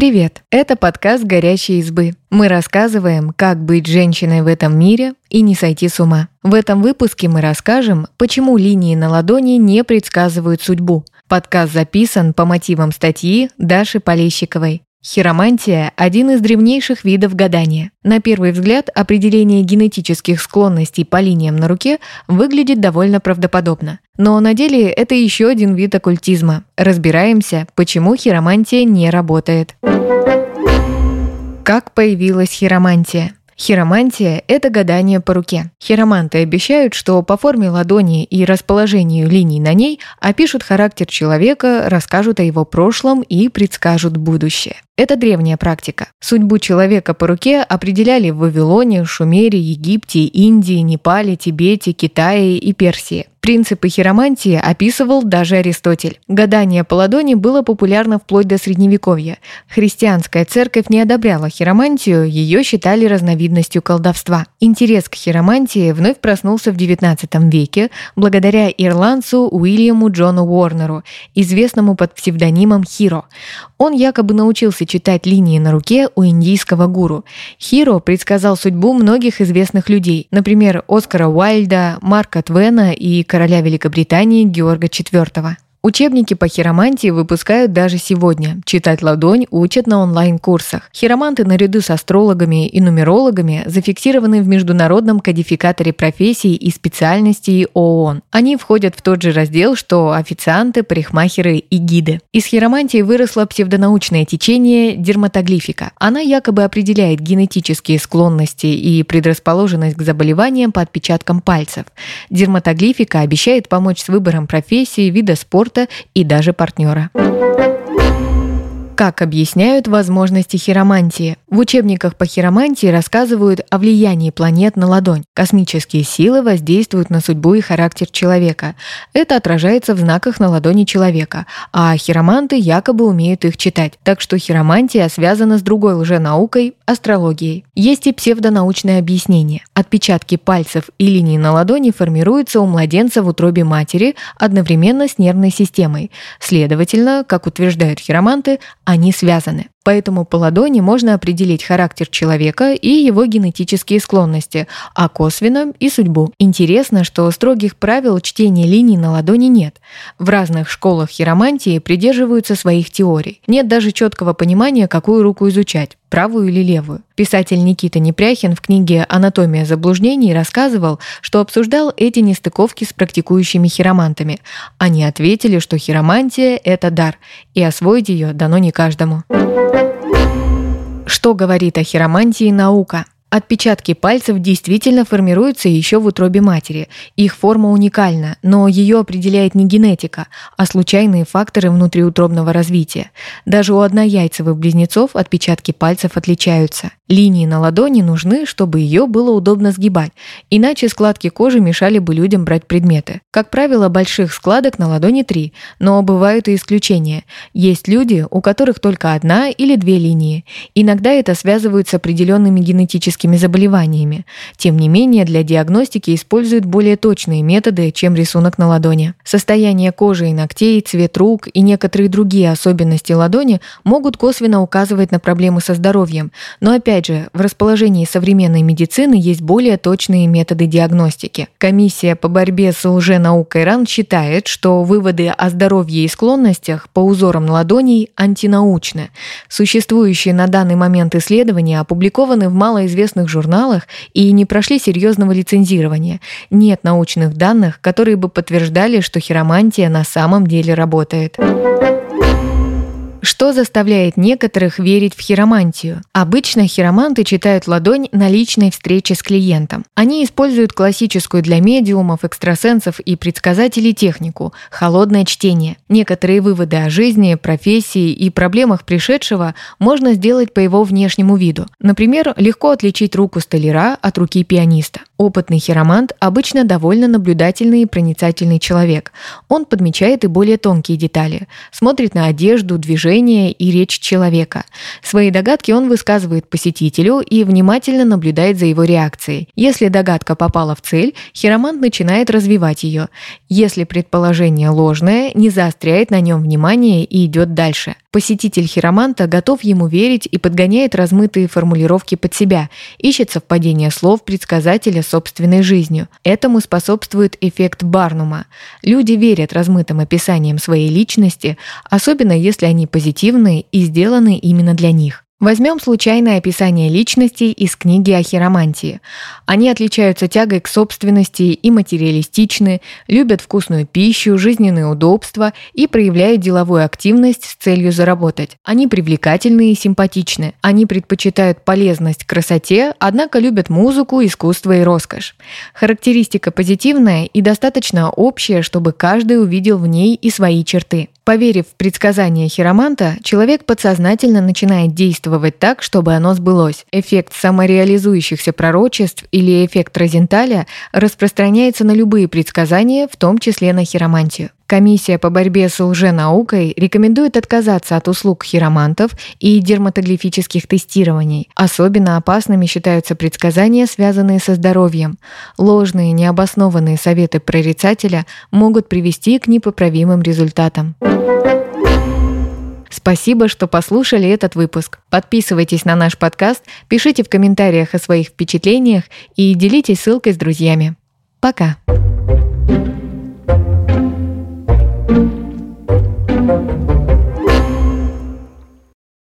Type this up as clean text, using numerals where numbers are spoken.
Привет! Это подкаст «Горящие избы». Мы рассказываем, как быть женщиной в этом мире и не сойти с ума. В этом выпуске мы расскажем, почему линии на ладони не предсказывают судьбу. Подкаст записан по мотивам статьи Даши Полещиковой. Хиромантия – один из древнейших видов гадания. На первый взгляд, определение генетических склонностей по линиям на руке выглядит довольно правдоподобно. Но на деле это еще один вид оккультизма. Разбираемся, почему хиромантия не работает. Как появилась хиромантия? Хиромантия – это гадание по руке. Хироманты обещают, что по форме ладони и расположению линий на ней опишут характер человека, расскажут о его прошлом и предскажут будущее. Это древняя практика. Судьбу человека по руке определяли в Вавилоне, Шумере, Египте, Индии, Непале, Тибете, Китае и Персии. Принципы хиромантии описывал даже Аристотель. Гадание по ладони было популярно вплоть до Средневековья. Христианская церковь не одобряла хиромантию, ее считали разновидностью колдовства. Интерес к хиромантии вновь проснулся в XIX веке благодаря ирландцу Уильяму Джону Уорнеру, известному под псевдонимом Хиро. Он якобы научился читать линии на руке у индийского гуру. Хиро предсказал судьбу многих известных людей, например, Оскара Уайльда, Марка Твена и короля Великобритании Георга IV. Учебники по хиромантии выпускают даже сегодня. Читать ладонь учат на онлайн-курсах. Хироманты наряду с астрологами и нумерологами зафиксированы в Международном кодификаторе профессий и специальностей ООН. Они входят в тот же раздел, что официанты, парикмахеры и гиды. Из хиромантии выросло псевдонаучное течение дерматоглифика. Она якобы определяет генетические склонности и предрасположенность к заболеваниям по отпечаткам пальцев. Дерматоглифика обещает помочь с выбором профессии, вида спорта и даже партнера. Как объясняют возможности хиромантии? В учебниках по хиромантии рассказывают о влиянии планет на ладонь. Космические силы воздействуют на судьбу и характер человека. Это отражается в знаках на ладони человека, а хироманты якобы умеют их читать. Так что хиромантия связана с другой лженаукой – астрологией. Есть и псевдонаучное объяснение. Отпечатки пальцев и линий на ладони формируются у младенца в утробе матери одновременно с нервной системой. Следовательно, как утверждают хироманты, они связаны. Поэтому по ладони можно определить характер человека и его генетические склонности, а косвенно и судьбу. Интересно, что строгих правил чтения линий на ладони нет. В разных школах хиромантии придерживаются своих теорий. Нет даже четкого понимания, какую руку изучать – правую или левую. Писатель Никита Непряхин в книге «Анатомия заблуждений» рассказывал, что обсуждал эти нестыковки с практикующими хиромантами. Они ответили, что хиромантия – это дар, и освоить ее дано не каждому. Что говорит о хиромантии наука? Отпечатки пальцев действительно формируются еще в утробе матери. Их форма уникальна, но ее определяет не генетика, а случайные факторы внутриутробного развития. Даже у однояйцевых близнецов отпечатки пальцев отличаются. Линии на ладони нужны, чтобы ее было удобно сгибать, иначе складки кожи мешали бы людям брать предметы. Как правило, больших складок на ладони 3, но бывают и исключения. Есть люди, у которых только 1 или 2 линии. Иногда это связывают с определенными генетическими заболеваниями. Тем не менее, для диагностики используют более точные методы, чем рисунок на ладони. Состояние кожи и ногтей, цвет рук и некоторые другие особенности ладони могут косвенно указывать на проблемы со здоровьем, но опять же, в расположении современной медицины есть более точные методы диагностики. Комиссия по борьбе с лженаукой РАН считает, что выводы о здоровье и склонностях по узорам ладоней антинаучны. Существующие на данный момент исследования опубликованы в малоизвестных журналах и не прошли серьезного лицензирования. Нет научных данных, которые бы подтверждали, что хиромантия на самом деле работает. Что заставляет некоторых верить в хиромантию? Обычно хироманты читают ладонь на личной встрече с клиентом. Они используют классическую для медиумов, экстрасенсов и предсказателей технику – холодное чтение. Некоторые выводы о жизни, профессии и проблемах пришедшего можно сделать по его внешнему виду. Например, легко отличить руку столяра от руки пианиста. Опытный хиромант обычно довольно наблюдательный и проницательный человек. Он подмечает и более тонкие детали, смотрит на одежду, движение и речь человека. Свои догадки он высказывает посетителю и внимательно наблюдает за его реакцией. Если догадка попала в цель, хиромант начинает развивать ее. Если предположение ложное, не заостряет на нем внимание и идет дальше. Посетитель хироманта готов ему верить и подгоняет размытые формулировки под себя, ищет совпадение слов предсказателя с собственной жизнью. Этому способствует эффект Барнума. Люди верят размытым описаниям своей личности, особенно если они позитивные и сделаны именно для них. Возьмем случайное описание личностей из книги о хиромантии. Они отличаются тягой к собственности и материалистичны, любят вкусную пищу, жизненные удобства и проявляют деловую активность с целью заработать. Они привлекательны и симпатичны. Они предпочитают полезность красоте, однако любят музыку, искусство и роскошь. Характеристика позитивная и достаточно общая, чтобы каждый увидел в ней и свои черты. Поверив в предсказание хироманта, человек подсознательно начинает действовать так, чтобы оно сбылось. Эффект самореализующихся пророчеств или эффект Розенталя распространяется на любые предсказания, в том числе на хиромантию. Комиссия по борьбе с лженаукой рекомендует отказаться от услуг хиромантов и дерматоглифических тестирований. Особенно опасными считаются предсказания, связанные со здоровьем. Ложные, необоснованные советы прорицателя могут привести к непоправимым результатам. Спасибо, что послушали этот выпуск. Подписывайтесь на наш подкаст, пишите в комментариях о своих впечатлениях и делитесь ссылкой с друзьями. Пока!